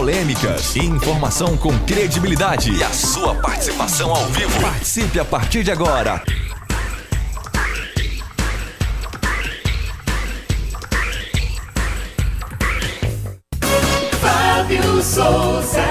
polêmicas, informação com credibilidade e a sua participação ao vivo. Participe a partir de agora. Fábio Souza.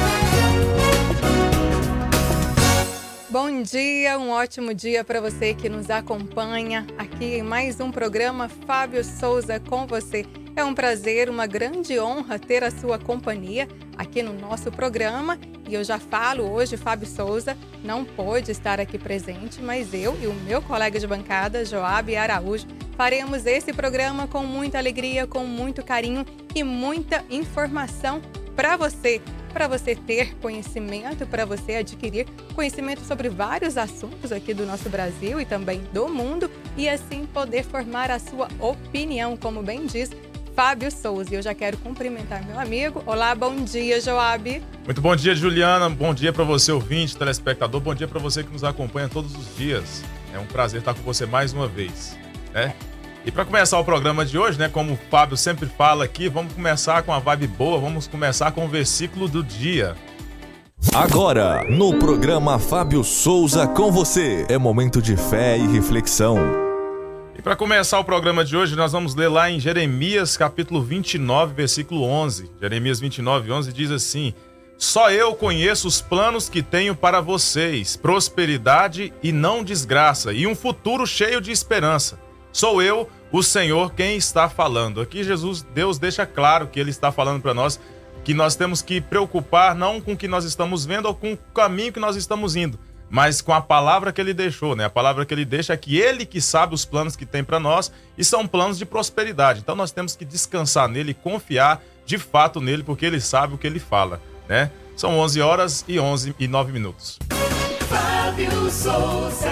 Bom dia, um ótimo dia para você que nos acompanha aqui em mais um programa Fábio Souza com você. É um prazer, uma grande honra ter a sua companhia aqui no nosso programa. E eu já falo hoje, Fábio Souza não pôde estar aqui presente, mas eu e o meu colega de bancada, Joab Araújo, faremos esse programa com muita alegria, com muito carinho e muita informação para você ter conhecimento, para você adquirir conhecimento sobre vários assuntos aqui do nosso Brasil e também do mundo e assim poder formar a sua opinião, como bem diz Fábio Souza. E eu já quero cumprimentar meu amigo. Olá, bom dia, Joab. Muito bom dia, Juliana. Bom dia para você, ouvinte, telespectador. Bom dia para você que nos acompanha todos os dias. É um prazer estar com você mais uma vez, né? E para começar o programa de hoje, né, como o Fábio sempre fala aqui, vamos começar com uma vibe boa, vamos começar com o versículo do dia. Agora, no programa Fábio Souza com você, é momento de fé e reflexão. E para começar o programa de hoje, nós vamos ler lá em Jeremias, capítulo 29, versículo 11. Jeremias 29, 11 diz assim: Só eu conheço os planos que tenho para vocês, prosperidade e não desgraça, e um futuro cheio de esperança. Sou eu, o Senhor, quem está falando. Aqui Deus deixa claro que Ele está falando para nós que nós temos que preocupar não com o que nós estamos vendo ou com o caminho que nós estamos indo, mas com a palavra que Ele deixou, né? A palavra que Ele deixa é que Ele que sabe os planos que tem para nós e são planos de prosperidade. Então nós temos que descansar nele e confiar de fato nele, porque Ele sabe o que Ele fala, né? São 11 horas e 9 minutos. Fábio Souza.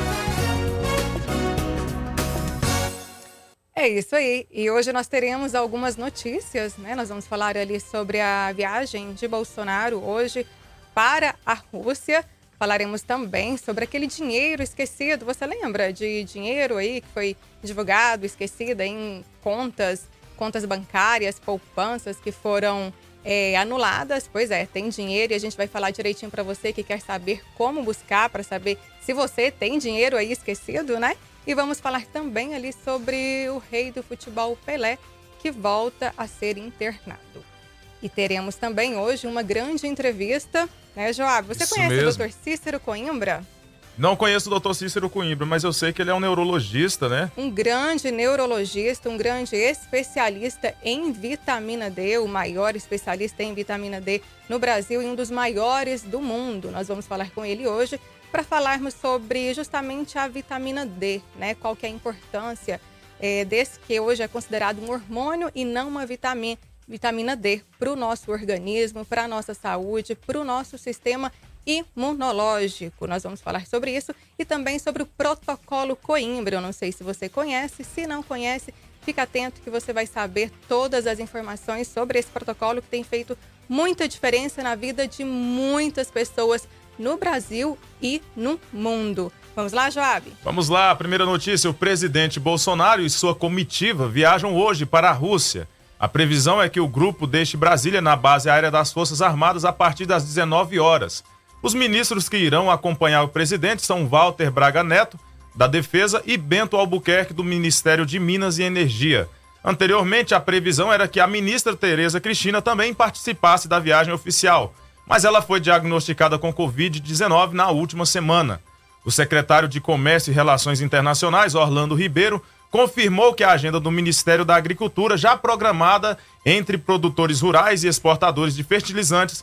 É isso aí. E hoje nós teremos algumas notícias, né? Nós vamos falar ali sobre a viagem de Bolsonaro hoje para a Rússia. Falaremos também sobre aquele dinheiro esquecido. Você lembra de dinheiro aí que foi divulgado, esquecido em contas bancárias, poupanças que foram anuladas? Pois é, tem dinheiro e a gente vai falar direitinho para você que quer saber como buscar, para saber se você tem dinheiro aí esquecido, né? E vamos falar também ali sobre o rei do futebol Pelé, que volta a ser internado. E teremos também hoje uma grande entrevista, né, Joab? Você conhece mesmo o Dr. Cícero Coimbra? Não conheço o Dr. Cícero Coimbra, mas eu sei que ele é um neurologista, né? Um grande neurologista, um grande especialista em vitamina D, o maior especialista em vitamina D no Brasil e um dos maiores do mundo. Nós vamos falar com ele hoje para falarmos sobre justamente a vitamina D, né? Qual que é a importância desse que hoje é considerado um hormônio e não uma vitamina D para o nosso organismo, para a nossa saúde, para o nosso sistema imunológico. Nós vamos falar sobre isso e também sobre o protocolo Coimbra. Eu não sei se você conhece, se não conhece, fica atento que você vai saber todas as informações sobre esse protocolo que tem feito muita diferença na vida de muitas pessoas no Brasil e no mundo. Vamos lá, Joab? Vamos lá, primeira notícia: o presidente Bolsonaro e sua comitiva viajam hoje para a Rússia. A previsão é que o grupo deixe Brasília na base aérea das Forças Armadas a partir das 19 horas. Os ministros que irão acompanhar o presidente são Walter Braga Neto, da Defesa, e Bento Albuquerque, do Ministério de Minas e Energia. Anteriormente, a previsão era que a ministra Tereza Cristina também participasse da viagem oficial, mas ela foi diagnosticada com Covid-19 na última semana. O secretário de Comércio e Relações Internacionais, Orlando Ribeiro, confirmou que a agenda do Ministério da Agricultura, já programada entre produtores rurais e exportadores de fertilizantes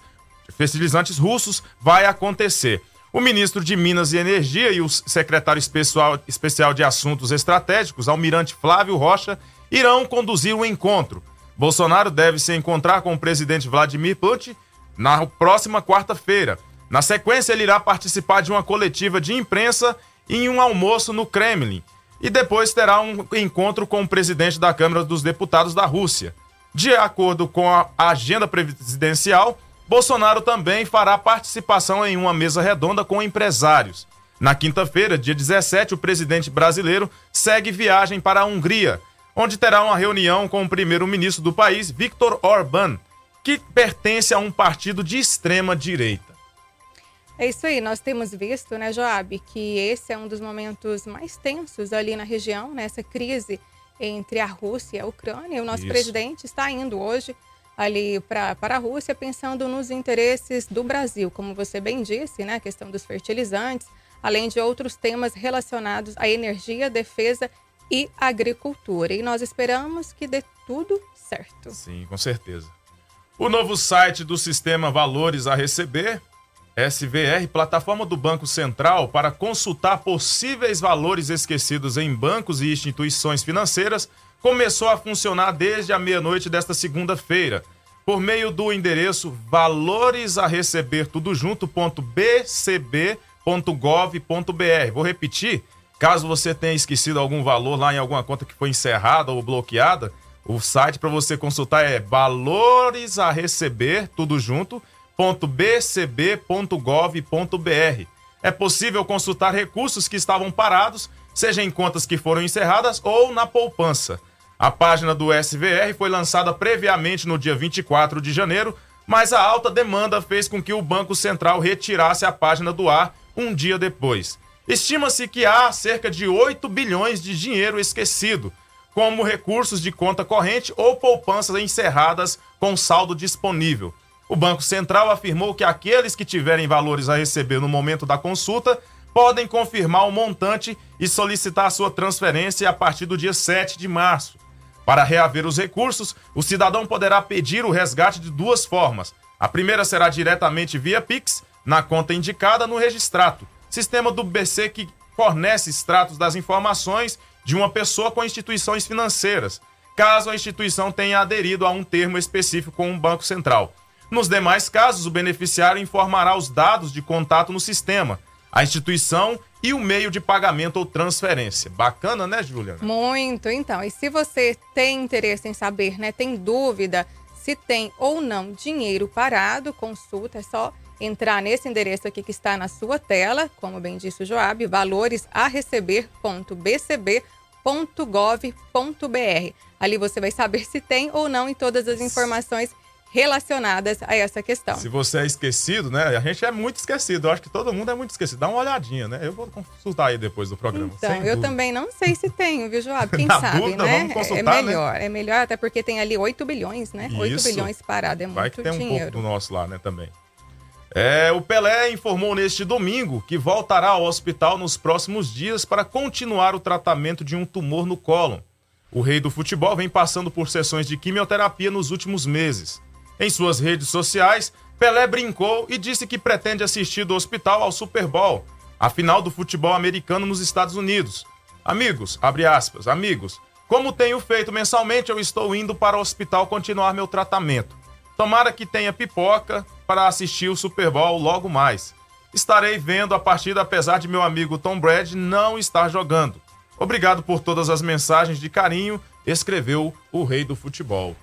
russos, vai acontecer. O ministro de Minas e Energia e o secretário especial de Assuntos Estratégicos, Almirante Flávio Rocha, irão conduzir o encontro. Bolsonaro deve se encontrar com o presidente Vladimir Putin na próxima quarta-feira. Na sequência, ele irá participar de uma coletiva de imprensa e em um almoço no Kremlin. E depois terá um encontro com o presidente da Câmara dos Deputados da Rússia. De acordo com a agenda presidencial, Bolsonaro também fará participação em uma mesa redonda com empresários. Na quinta-feira, dia 17, o presidente brasileiro segue viagem para a Hungria, onde terá uma reunião com o primeiro-ministro do país, Viktor Orbán. que pertence a um partido de extrema direita. É isso aí, nós temos visto, né, Joab, que esse é um dos momentos mais tensos ali na região, nessa crise entre a Rússia e a Ucrânia. O nosso presidente está indo hoje ali para a Rússia pensando nos interesses do Brasil, como você bem disse, né, a questão dos fertilizantes, além de outros temas relacionados à energia, defesa e agricultura. E nós esperamos que dê tudo certo. Sim, com certeza. O novo site do Sistema Valores a Receber, SVR, plataforma do Banco Central para consultar possíveis valores esquecidos em bancos e instituições financeiras, começou a funcionar desde a meia-noite desta segunda-feira, por meio do endereço valoresareceber.bcb.gov.br. Vou repetir, caso você tenha esquecido algum valor lá em alguma conta que foi encerrada ou bloqueada, o site para você consultar é valoresareceber.bcb.gov.br. É possível consultar recursos que estavam parados, seja em contas que foram encerradas ou na poupança. A página do SVR foi lançada previamente no dia 24 de janeiro, mas a alta demanda fez com que o Banco Central retirasse a página do ar um dia depois. Estima-se que há cerca de 8 bilhões de dinheiro esquecido, como recursos de conta corrente ou poupanças encerradas com saldo disponível. O Banco Central afirmou que aqueles que tiverem valores a receber no momento da consulta podem confirmar o montante e solicitar sua transferência a partir do dia 7 de março. Para reaver os recursos, o cidadão poderá pedir o resgate de duas formas. A primeira será diretamente via Pix, na conta indicada no Registrato, sistema do BC que fornece extratos das informações de uma pessoa com instituições financeiras, caso a instituição tenha aderido a um termo específico com o Banco Central. Nos demais casos, o beneficiário informará os dados de contato no sistema, a instituição e o meio de pagamento ou transferência. Bacana, né, Juliana? Muito, então. E se você tem interesse em saber, né, tem dúvida se tem ou não dinheiro parado, consulta, é só entrar nesse endereço aqui que está na sua tela, como bem disse o Joab, valoresareceber.bcb.gov.br. Ali você vai saber se tem ou não e todas as informações relacionadas a essa questão. Se você é esquecido, né? A gente é muito esquecido. Eu acho que todo mundo é muito esquecido. Dá uma olhadinha, né? Eu vou consultar aí depois do programa. Então, eu também não sei se tenho, viu, Joab? Quem Na sabe, dúvida, né? vamos consultar, é melhor, até porque tem ali 8 bilhões, né? Isso. 8 bilhões parado, é muito Vai que tem dinheiro. um pouco do nosso lá, né, também. O Pelé informou neste domingo que voltará ao hospital nos próximos dias para continuar o tratamento de um tumor no cólon. O rei do futebol vem passando por sessões de quimioterapia nos últimos meses. Em suas redes sociais, Pelé brincou e disse que pretende assistir do hospital ao Super Bowl, a final do futebol americano nos Estados Unidos. Amigos, abre aspas, amigos, como tenho feito mensalmente, eu estou indo para o hospital continuar meu tratamento. Tomara que tenha pipoca para assistir o Super Bowl logo mais. Estarei vendo a partida apesar de meu amigo Tom Brady não estar jogando. Obrigado por todas as mensagens de carinho, escreveu o rei do futebol.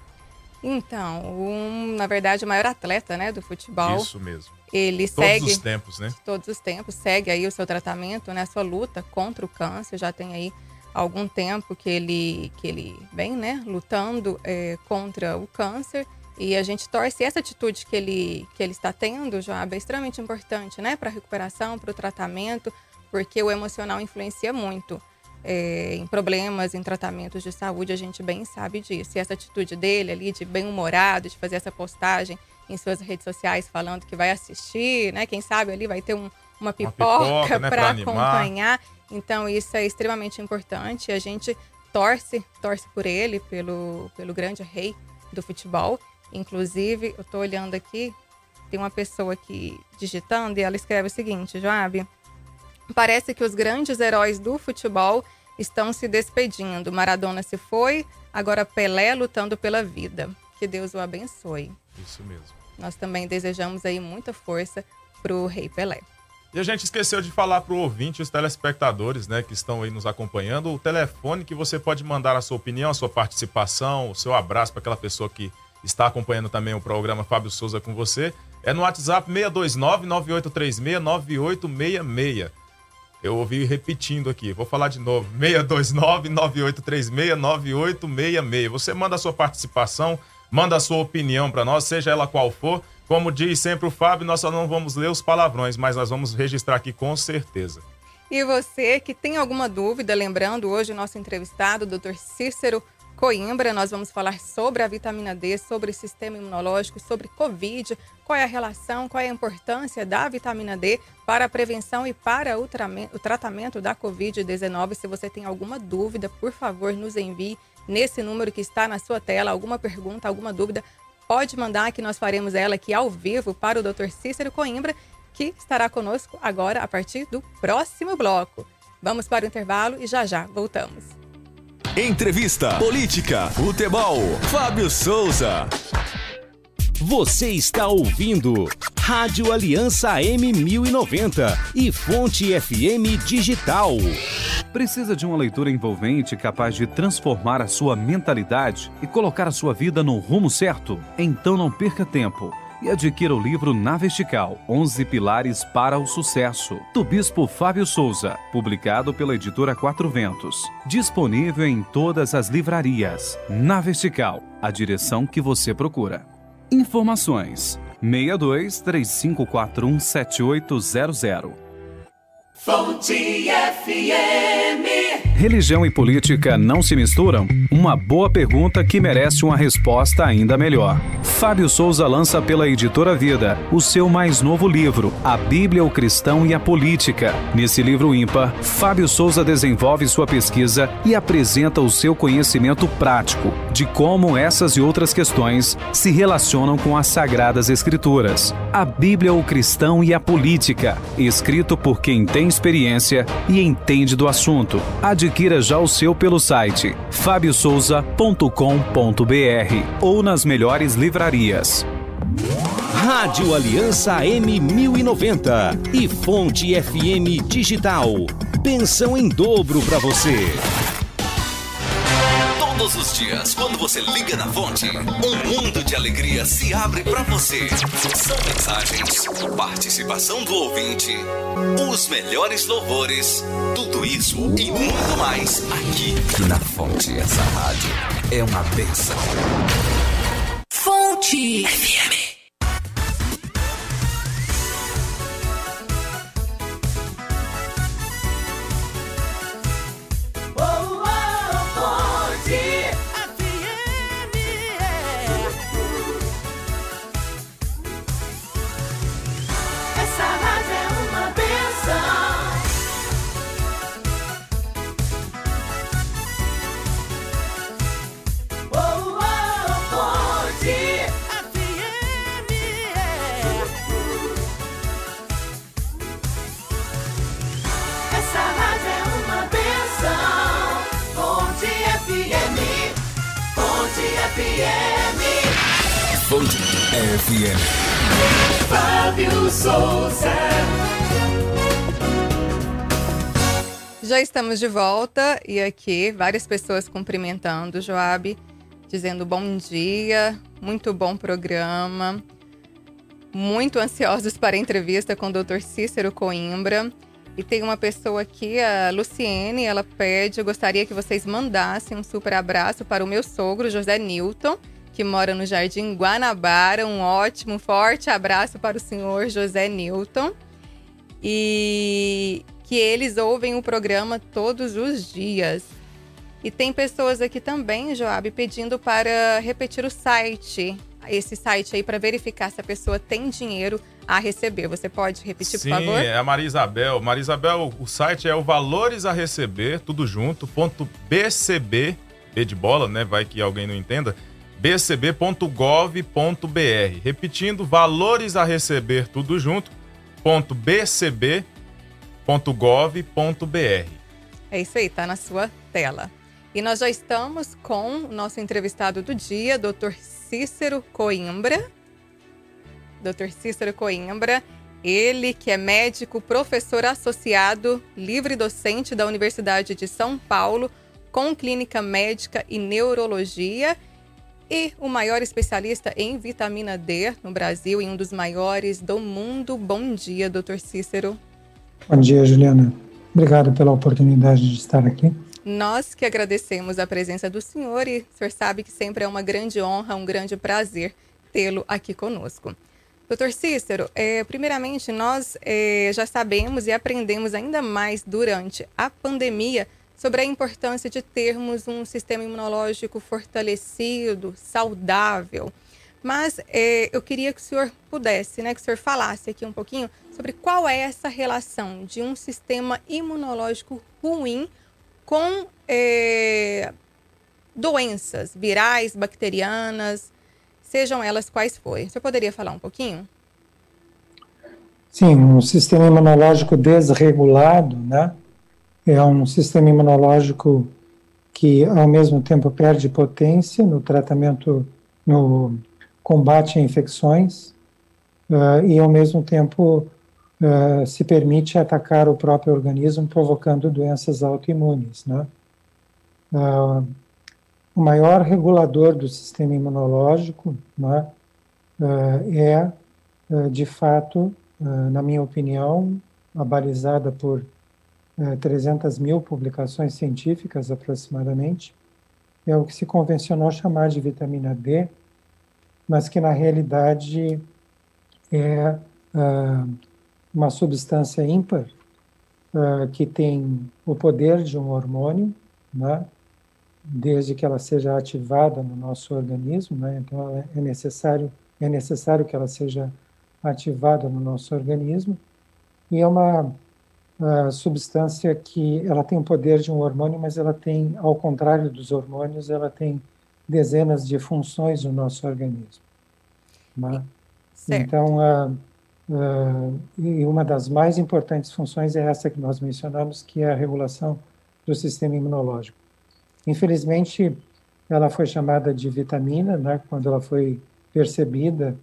Então, na verdade, o maior atleta, né, do futebol. Isso mesmo. Ele Todos os tempos, né? Todos os tempos, segue aí o seu tratamento, né, a sua luta contra o câncer. Já tem aí algum tempo que ele vem, né, lutando contra o câncer. E a gente torce essa atitude que ele está tendo, já é extremamente importante, né, para a recuperação, para o tratamento, porque o emocional influencia muito. Em problemas, em tratamentos de saúde, a gente bem sabe disso. E essa atitude dele ali, de bem-humorado, de fazer essa postagem em suas redes sociais falando que vai assistir, né? Quem sabe ali vai ter uma pipoca, né, para acompanhar. Então, isso é extremamente importante. A gente torce por ele, pelo grande rei do futebol. Inclusive, eu estou olhando aqui, tem uma pessoa aqui digitando e ela escreve o seguinte, Joab: parece que os grandes heróis do futebol estão se despedindo. Maradona se foi, agora Pelé lutando pela vida. Que Deus o abençoe. Isso mesmo. Nós também desejamos aí muita força pro Rei Pelé. E a gente esqueceu de falar pro ouvinte, os telespectadores, né, que estão aí nos acompanhando, o telefone que você pode mandar a sua opinião, a sua participação, o seu abraço para aquela pessoa que está acompanhando também o programa Fábio Souza com você. É no WhatsApp 629-9836-9866. Eu ouvi repetindo aqui, vou falar de novo, 629-9836-9866. Você manda a sua participação, manda a sua opinião para nós, seja ela qual for. Como diz sempre o Fábio, nós só não vamos ler os palavrões, mas nós vamos registrar aqui com certeza. E você que tem alguma dúvida, lembrando, hoje o nosso entrevistado, o Dr. Cícero Coimbra, nós vamos falar sobre a vitamina D, sobre o sistema imunológico, sobre Covid, qual é a relação, qual é a importância da vitamina D para a prevenção e para o tratamento da Covid-19. Se você tem alguma dúvida, por favor, nos envie nesse número que está na sua tela, alguma pergunta, alguma dúvida, pode mandar que nós faremos ela aqui ao vivo para o Dr. Cícero Coimbra, que estará conosco agora a partir do próximo bloco. Vamos para o intervalo e já voltamos. Entrevista, política, futebol, Fábio Souza. Você está ouvindo Rádio Aliança M1090 e Fonte FM Digital. Precisa de uma leitura envolvente capaz de transformar a sua mentalidade e colocar a sua vida no rumo certo? Então não perca tempo e adquira o livro Na Vertical, 11 Pilares para o Sucesso, do Bispo Fábio Souza, publicado pela editora Quatro Ventos. Disponível em todas as livrarias. Na Vertical, a direção que você procura. Informações: 62-3541-7800. Fonte FM. Religião e política não se misturam? Uma boa pergunta que merece uma resposta ainda melhor. Fábio Souza lança pela Editora Vida o seu mais novo livro, A Bíblia, o Cristão e a Política. Nesse livro ímpar, Fábio Souza desenvolve sua pesquisa e apresenta o seu conhecimento prático de como essas e outras questões se relacionam com as Sagradas Escrituras. A Bíblia, o Cristão e a Política, escrito por quem tem experiência e entende do assunto. Adquira já o seu pelo site fabiosouza.com.br ou nas melhores livrarias. Rádio Aliança M1090 e Fonte FM Digital. Pensão em dobro para você. Todos os dias, quando você liga na Fonte, um mundo de alegria se abre pra você. São mensagens, participação do ouvinte, os melhores louvores, tudo isso e muito mais aqui na Fonte. Essa rádio é uma bênção. Fonte FM. Fonte FM. Fábio Souza. Já estamos de volta e aqui várias pessoas cumprimentando o Joab, dizendo bom dia, muito bom programa, muito ansiosos para a entrevista com o Dr. Cícero Coimbra. E tem uma pessoa aqui, a Luciene, ela pede, eu gostaria que vocês mandassem um super abraço para o meu sogro, José Newton, que mora no Jardim Guanabara. Um ótimo, forte abraço para o senhor José Newton. E que eles ouvem o programa todos os dias. E tem pessoas aqui também, Joab, pedindo para repetir o site. Esse site aí para verificar se a pessoa tem dinheiro a receber. Você pode repetir, por favor? Sim, é a Maria Isabel. Maria Isabel, o site é o valores a receber, tudo junto, .bcb, B de bola, né? Vai que alguém não entenda. bcb.gov.br. Repetindo, valores a receber, tudo junto, .bcb.gov.br. É isso aí, tá na sua tela. E nós já estamos com o nosso entrevistado do dia, Dr. Cícero Coimbra. Dr. Cícero Coimbra, ele que é médico, professor associado, livre docente da Universidade de São Paulo, com clínica médica e neurologia, e o maior especialista em vitamina D no Brasil e um dos maiores do mundo. Bom dia, Dr. Cícero. Bom dia, Juliana. Obrigado pela oportunidade de estar aqui. Nós que agradecemos a presença do senhor e o senhor sabe que sempre é uma grande honra, um grande prazer tê-lo aqui conosco. Doutor Cícero, primeiramente nós já sabemos e aprendemos ainda mais durante a pandemia sobre a importância de termos um sistema imunológico fortalecido, saudável. Mas eu queria que o senhor pudesse, que o senhor falasse aqui um pouquinho sobre qual é essa relação de um sistema imunológico ruim com doenças virais, bacterianas, sejam elas quais forem. O senhor poderia falar um pouquinho? Sim, um sistema imunológico desregulado, né? É um sistema imunológico que, ao mesmo tempo, perde potência no tratamento, no combate a infecções, e, ao mesmo tempo, se permite atacar o próprio organismo, provocando doenças autoimunes, né? O maior regulador do sistema imunológico, né, de fato, na minha opinião, abalizada por 300 mil publicações científicas aproximadamente, é o que se convencionou chamar de vitamina D, mas que na realidade é uma substância ímpar que tem o poder de um hormônio, né, desde que ela seja ativada no nosso organismo, né, então é necessário que ela seja ativada no nosso organismo, e é uma substância que ela tem o poder de um hormônio, mas ela tem, ao contrário dos hormônios, ela tem dezenas de funções no nosso organismo, né? Então, e uma das mais importantes funções é essa que nós mencionamos, que é a regulação do sistema imunológico. Infelizmente, ela foi chamada de vitamina, né, quando ela foi percebida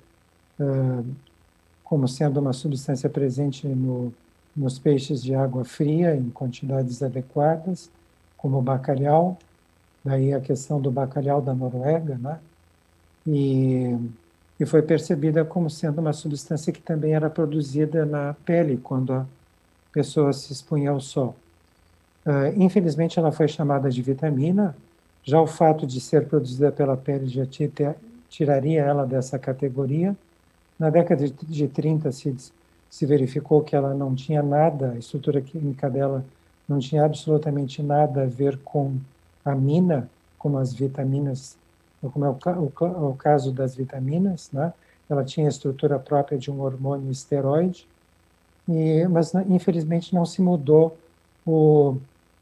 como sendo uma substância presente nos peixes de água fria, em quantidades adequadas, como o bacalhau, daí a questão do bacalhau da Noruega, né? E foi percebida como sendo uma substância que também era produzida na pele, quando a pessoa se expunha ao sol. Infelizmente, ela foi chamada de vitamina, já o fato de ser produzida pela pele já tiraria ela dessa categoria. Na década de 30 se verificou que ela não tinha nada, a estrutura química dela não tinha absolutamente nada a ver com a mina, como as vitaminas, como é o caso das vitaminas, né? Ela tinha a estrutura própria de um hormônio esteroide, mas infelizmente não se mudou o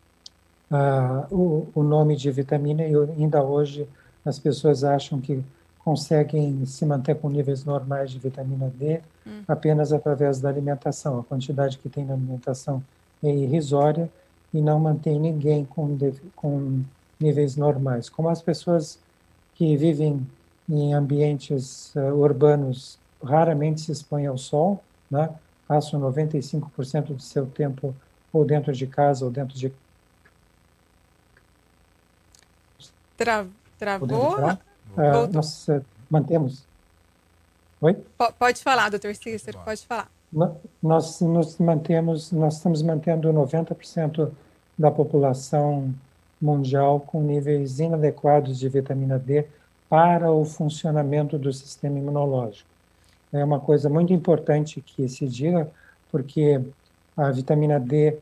nome de vitamina, e ainda hoje as pessoas acham que conseguem se manter com níveis normais de vitamina D apenas através da alimentação. A quantidade que tem na alimentação é irrisória e não mantém ninguém com níveis normais. Como as pessoas que vivem em ambientes urbanos raramente se expõem ao sol, né? Passam 95% do seu tempo ou dentro de casa ou dentro de... Travou? Nós mantemos... Oi? Pode falar, doutor Cícero, pode falar. Nós estamos mantendo 90% da população mundial com níveis inadequados de vitamina D para o funcionamento do sistema imunológico. É uma coisa muito importante que se diga, porque a vitamina D,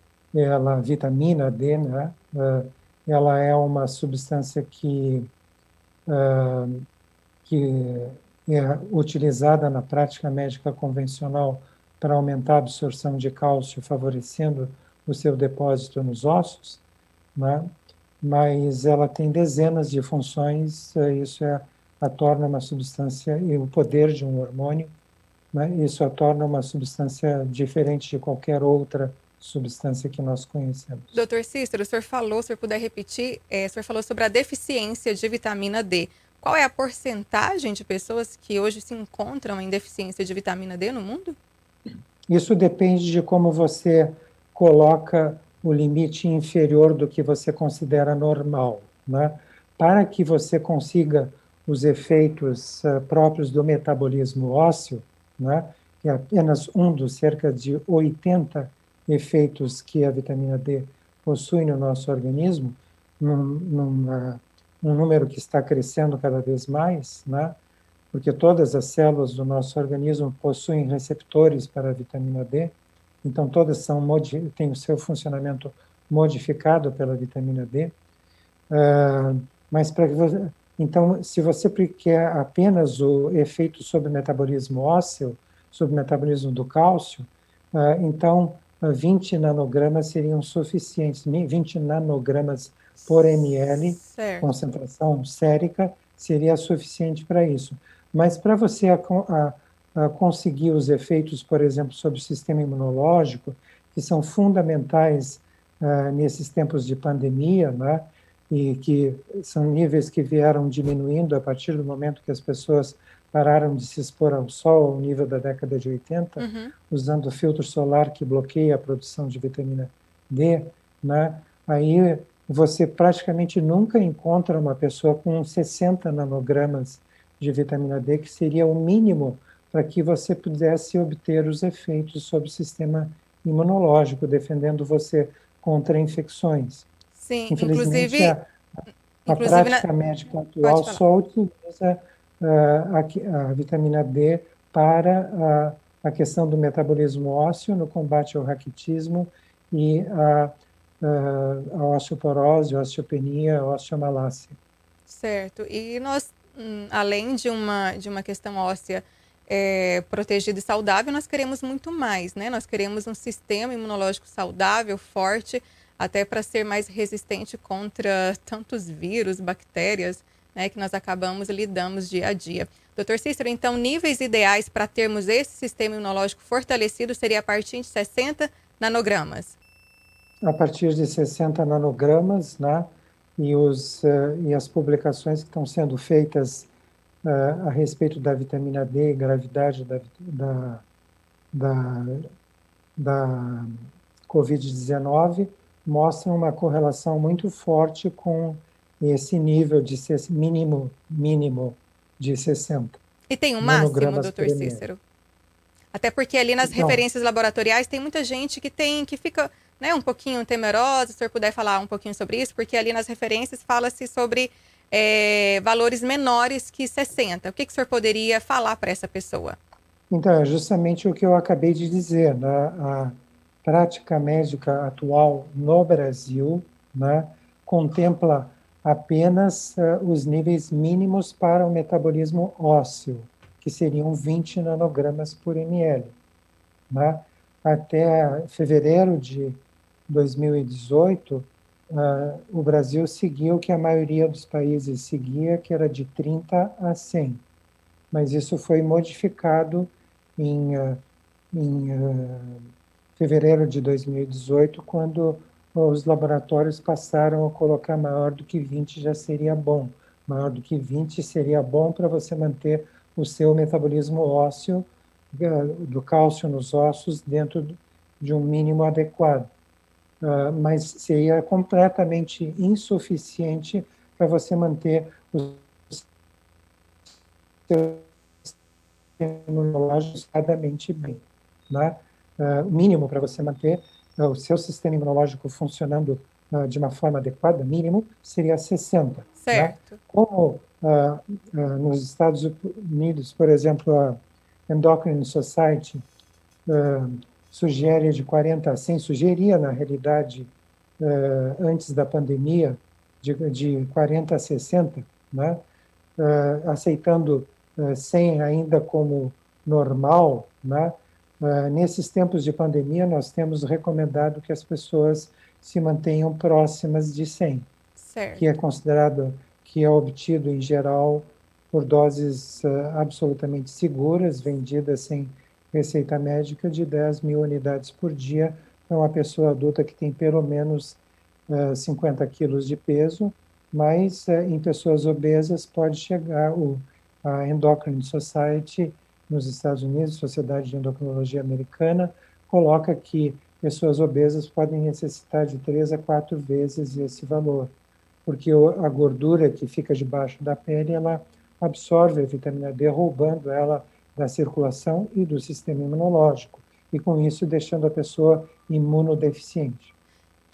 né, ela é uma substância que é utilizada na prática médica convencional para aumentar a absorção de cálcio, favorecendo o seu depósito nos ossos, né? Mas ela tem dezenas de funções, isso a torna uma substância, e o poder de um hormônio, né? Isso a torna uma substância diferente de qualquer outra substância que nós conhecemos. Doutor Cícero, o senhor falou, se o senhor puder repetir, o senhor falou sobre a deficiência de vitamina D. Qual é a porcentagem de pessoas que hoje se encontram em deficiência de vitamina D no mundo? Isso depende de como você coloca o limite inferior do que você considera normal, né? Para que você consiga os efeitos próprios do metabolismo ósseo, né? Que é apenas um dos cerca de 80 efeitos que a vitamina D possui no nosso organismo, um número que está crescendo cada vez mais, né? Porque todas as células do nosso organismo possuem receptores para a vitamina D, então todas têm o seu funcionamento modificado pela vitamina D. Mas então, se você quer apenas o efeito sobre o metabolismo ósseo, sobre o metabolismo do cálcio, então 20 nanogramas seriam suficientes, 20 nanogramas por ml, Certo. concentração sérica, seria suficiente para isso. Mas para você conseguir os efeitos, por exemplo, sobre o sistema imunológico, que são fundamentais nesses tempos de pandemia, né? E que são níveis que vieram diminuindo a partir do momento que as pessoas pararam de se expor ao sol, ao nível da década de 80, usando o filtro solar que bloqueia a produção de vitamina D, né? Aí você praticamente nunca encontra uma pessoa com 60 nanogramas de vitamina D, que seria o mínimo para que você pudesse obter os efeitos sobre o sistema imunológico, defendendo você contra infecções. Sim, Infelizmente, inclusive a prática médica atual só utiliza a vitamina D para a questão do metabolismo ósseo, no combate ao raquitismo e a osteoporose, a osteopenia, a osteomalácia. Certo. E nós, além de uma questão óssea protegida e saudável, nós queremos muito mais, né? Nós queremos um sistema imunológico saudável, forte, até para ser mais resistente contra tantos vírus, bactérias, né, que nós lidamos dia a dia. Dr. Cícero, então, níveis ideais para termos esse sistema imunológico fortalecido seria a partir de 60 nanogramas? A partir de 60 nanogramas, né, e as publicações que estão sendo feitas a respeito da vitamina D e gravidade da Covid-19 mostram uma correlação muito forte com esse nível de mínimo de 60. E tem um máximo, doutor Cícero? Até porque ali nas referências laboratoriais tem muita gente que fica, né, um pouquinho temerosa, se o senhor puder falar um pouquinho sobre isso, porque ali nas referências fala-se sobre valores menores que 60. O que o senhor poderia falar para essa pessoa? Então, é justamente o que eu acabei de dizer, né? A prática médica atual no Brasil, né, contempla apenas os níveis mínimos para o metabolismo ósseo, que seriam 20 nanogramas por ml. Né? Até fevereiro de 2018, o Brasil seguiu o que a maioria dos países seguia, que era de 30 a 100. Mas isso foi modificado em fevereiro de 2018, quando os laboratórios passaram a colocar maior do que 20 já seria bom. Maior do que 20 seria bom para você manter o seu metabolismo ósseo, do cálcio nos ossos, dentro de um mínimo adequado. Mas seria completamente insuficiente para você manter o seu sistema imunológico adequadamente bem, né? O mínimo para você manter o seu sistema imunológico funcionando de uma forma adequada, mínimo, seria 60. Certo. Né? Como nos Estados Unidos, por exemplo, a Endocrine Society sugere de 40 a 100, sugeria, na realidade, antes da pandemia, de 40 a 60, né? Aceitando 100 ainda como normal, né? Nesses tempos de pandemia, nós temos recomendado que as pessoas se mantenham próximas de 100, certo, que é considerado, que é obtido, em geral, por doses absolutamente seguras, vendidas sem receita médica, de 10 mil unidades por dia para uma pessoa adulta que tem pelo menos 50 quilos de peso, mas em pessoas obesas pode chegar, a Endocrine Society nos Estados Unidos, Sociedade de Endocrinologia Americana, coloca que pessoas obesas podem necessitar de 3 a 4 vezes esse valor, porque a gordura que fica debaixo da pele, ela absorve a vitamina D, roubando ela da circulação e do sistema imunológico, e com isso deixando a pessoa imunodeficiente.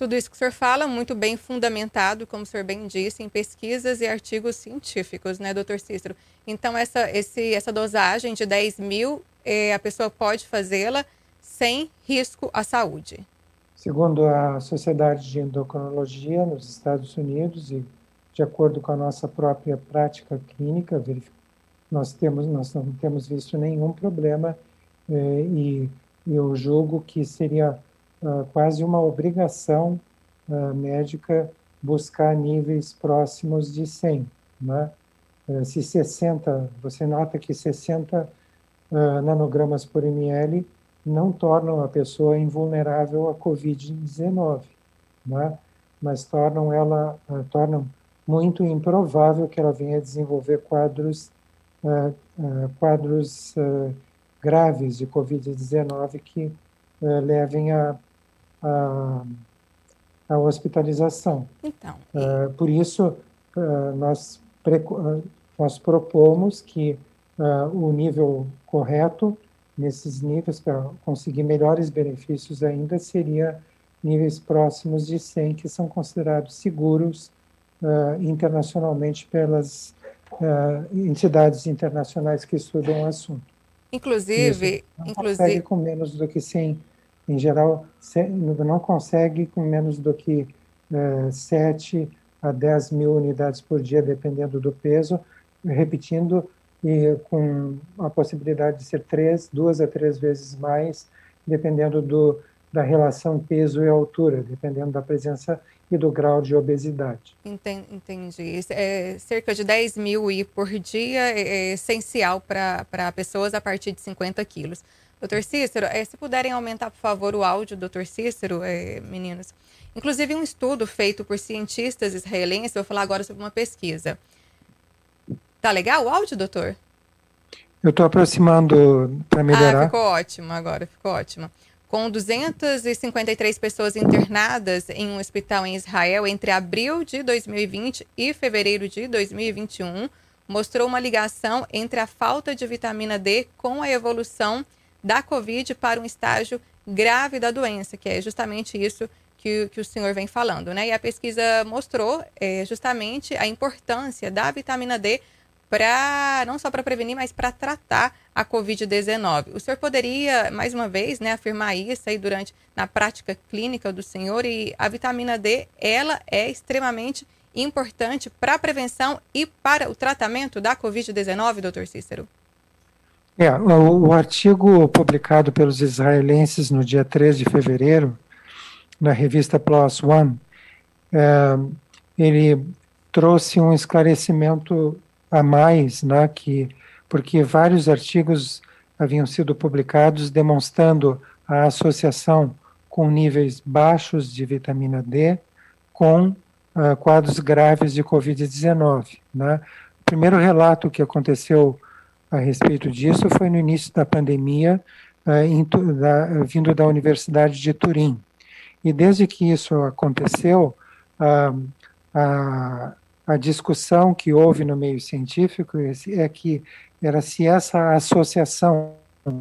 Tudo isso que o senhor fala, muito bem fundamentado, como o senhor bem disse, em pesquisas e artigos científicos, né, doutor Cícero? Então, essa dosagem de 10 mil, a pessoa pode fazê-la sem risco à saúde. Segundo a Sociedade de Endocrinologia nos Estados Unidos e de acordo com a nossa própria prática clínica, nós não temos visto nenhum problema e eu julgo que seria quase uma obrigação médica buscar níveis próximos de 100, né? Se 60, você nota que 60 nanogramas por ml não tornam a pessoa invulnerável à Covid-19, né? Mas tornam muito improvável que ela venha a desenvolver quadros graves de Covid-19 que levem à hospitalização. Então, por isso, nós propomos que o nível correto, nesses níveis, para conseguir melhores benefícios ainda, seria níveis próximos de 100, que são considerados seguros internacionalmente pelas entidades internacionais que estudam o assunto. Inclusive, consegue com menos do que 100, em geral, não consegue com menos do que 7 a 10 mil unidades por dia, dependendo do peso, repetindo, e com a possibilidade de ser 2 a 3 vezes mais, dependendo da relação peso e altura, dependendo da presença e do grau de obesidade. Entendi. Cerca de 10 mil por dia é essencial para pessoas a partir de 50 quilos. Doutor Cícero, se puderem aumentar, por favor, o áudio, doutor Cícero, meninos. Inclusive, um estudo feito por cientistas israelenses, vou falar agora sobre uma pesquisa. Tá legal o áudio, doutor? Eu estou aproximando para melhorar. Ficou ótimo agora, ficou ótimo. Com 253 pessoas internadas em um hospital em Israel entre abril de 2020 e fevereiro de 2021, mostrou uma ligação entre a falta de vitamina D com a evolução da Covid para um estágio grave da doença, que é justamente isso que o senhor vem falando, né? E a pesquisa mostrou justamente a importância da vitamina D não só para prevenir, mas para tratar a Covid-19. O senhor poderia, mais uma vez, né, afirmar isso aí na prática clínica do senhor? E a vitamina D, ela é extremamente importante para a prevenção e para o tratamento da Covid-19, doutor Cícero? O artigo publicado pelos israelenses no dia 3 de fevereiro, na revista PLOS ONE, ele trouxe um esclarecimento a mais, né, porque vários artigos haviam sido publicados demonstrando a associação com níveis baixos de vitamina D com quadros graves de Covid-19, né? O primeiro relato que aconteceu a respeito disso foi no início da pandemia, vindo da Universidade de Turim. E desde que isso aconteceu, a discussão que houve no meio científico é que era se essa associação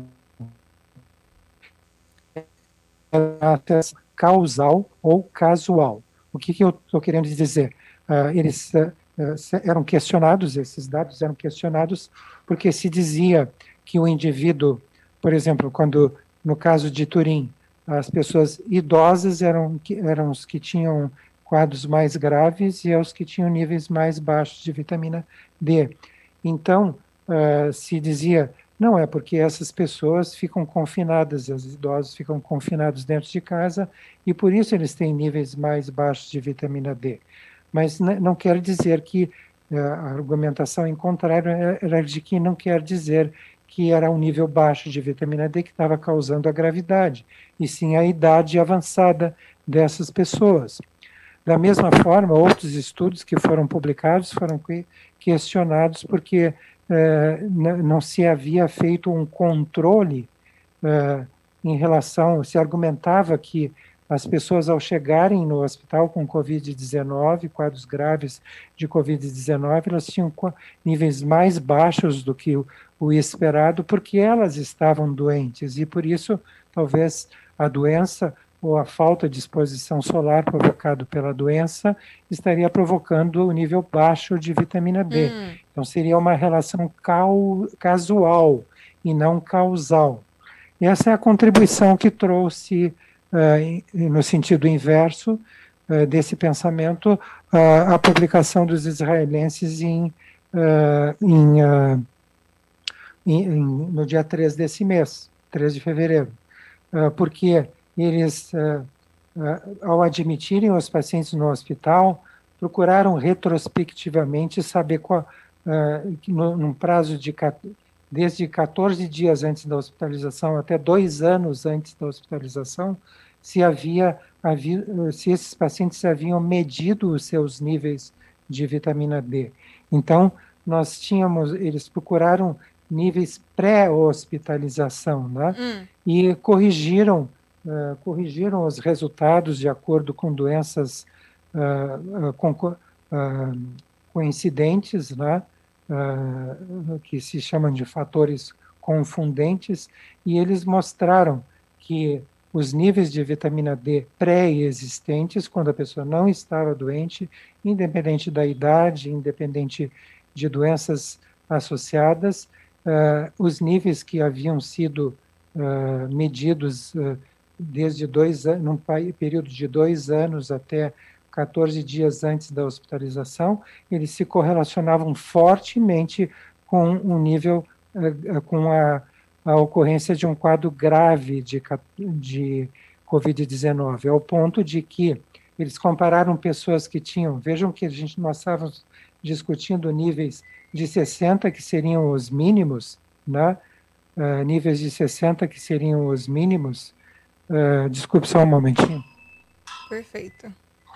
era causal ou casual. O que eu estou querendo dizer? Eles eram questionados, esses dados eram questionados, porque se dizia que o indivíduo, por exemplo, quando no caso de Turim, as pessoas idosas eram os que tinham quadros mais graves e aos que tinham níveis mais baixos de vitamina D. Então, se dizia, não, é porque essas pessoas ficam confinadas, os idosos ficam confinados dentro de casa e por isso eles têm níveis mais baixos de vitamina D. Mas não quer dizer que a argumentação em contrário era de que não quer dizer que era um nível baixo de vitamina D que estava causando a gravidade, e sim a idade avançada dessas pessoas. Da mesma forma, outros estudos que foram publicados foram questionados porque não se havia feito um controle em relação, se argumentava que as pessoas ao chegarem no hospital com Covid-19, quadros graves de Covid-19, elas tinham níveis mais baixos do que o esperado, porque elas estavam doentes, e por isso talvez a doença ou a falta de exposição solar provocado pela doença estaria provocando o nível baixo de vitamina D. Então, seria uma relação casual e não causal. E essa é a contribuição que trouxe, no sentido inverso desse pensamento, a publicação dos israelenses no dia 3 desse mês, 3 de fevereiro. Porque eles, ao admitirem os pacientes no hospital, procuraram retrospectivamente saber num prazo desde 14 dias antes da hospitalização até 2 anos antes da hospitalização, se esses pacientes haviam medido os seus níveis de vitamina D. Então, eles procuraram níveis pré-hospitalização, né? E corrigiram os resultados de acordo com doenças coincidentes, né? Que se chamam de fatores confundentes, e eles mostraram que os níveis de vitamina D pré-existentes, quando a pessoa não estava doente, independente da idade, independente de doenças associadas, os níveis que haviam sido medidos desde num período de 2 anos até 14 dias antes da hospitalização, eles se correlacionavam fortemente com um nível, com a ocorrência de um quadro grave de Covid-19, ao ponto de que eles compararam pessoas que vejam que nós estávamos discutindo níveis de 60, que seriam os mínimos, né? Níveis de 60, que seriam os mínimos. Desculpe só um momentinho. Perfeito.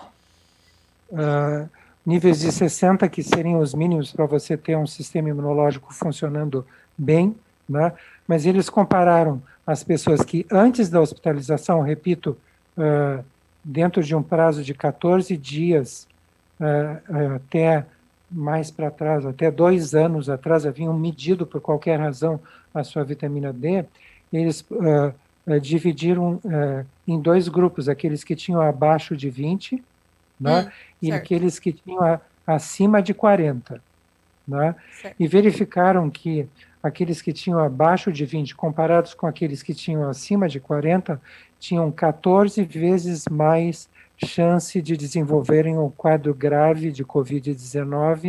Níveis de 60, que seriam os mínimos para você ter um sistema imunológico funcionando bem, né? Mas eles compararam as pessoas que antes da hospitalização, repito, dentro de um prazo de 14 dias até mais para trás, até 2 anos atrás, haviam medido por qualquer razão a sua vitamina D, eles dividiram em 2 grupos, aqueles que tinham abaixo de 20, né, e aqueles que tinham acima de 40. Né, e verificaram que aqueles que tinham abaixo de 20, comparados com aqueles que tinham acima de 40, tinham 14 vezes mais chance de desenvolverem um quadro grave de Covid-19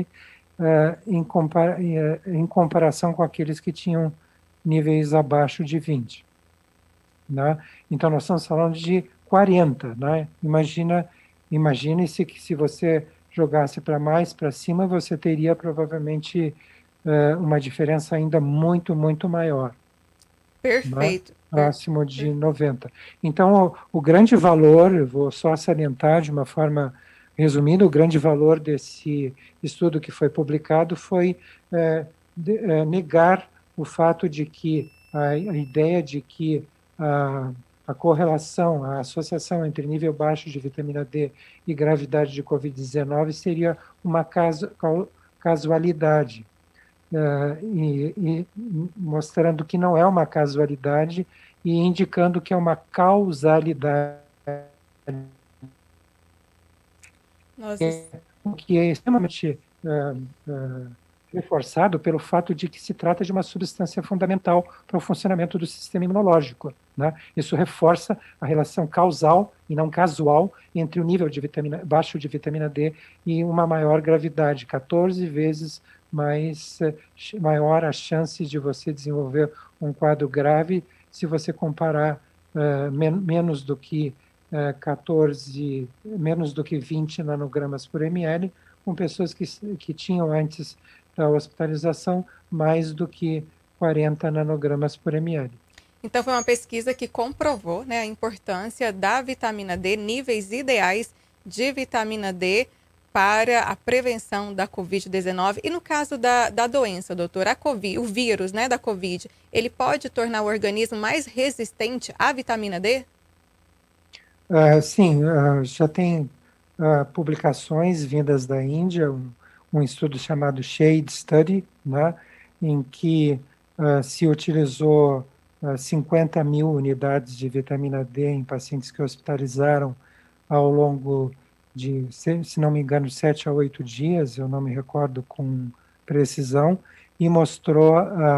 em comparação com aqueles que tinham níveis abaixo de 20. Né? Então, nós estamos falando de 40. Né? Imagine-se que se você jogasse para mais para cima, você teria provavelmente uma diferença ainda muito, muito maior. Perfeito. Né? Próximo de 90. Então, o grande valor, eu vou só salientar de uma forma resumida, o grande valor desse estudo que foi publicado foi negar o fato de que a ideia de que a correlação, a associação entre nível baixo de vitamina D e gravidade de Covid-19 seria uma casualidade. E mostrando que não é uma casualidade e indicando que é uma causalidade. O que é extremamente reforçado pelo fato de que se trata de uma substância fundamental para o funcionamento do sistema imunológico. Né? Isso reforça a relação causal e não casual entre o nível de baixo de vitamina D e uma maior gravidade, 14 vezes maior a chance de você desenvolver um quadro grave se você comparar menos do que 20 nanogramas por ml com pessoas que tinham antes da hospitalização mais do que 40 nanogramas por ml. Então, foi uma pesquisa que comprovou, né, a importância da vitamina D, níveis ideais de vitamina D para a prevenção da Covid-19. E no caso da doença, doutor, o vírus, né, da Covid, ele pode tornar o organismo mais resistente à vitamina D? Sim, já tem publicações vindas da Índia, um estudo chamado SHADE Study, né, em que se utilizou 50 mil unidades de vitamina D em pacientes que hospitalizaram ao longo de, se não me engano, 7 a 8 dias, eu não me recordo com precisão, e mostrou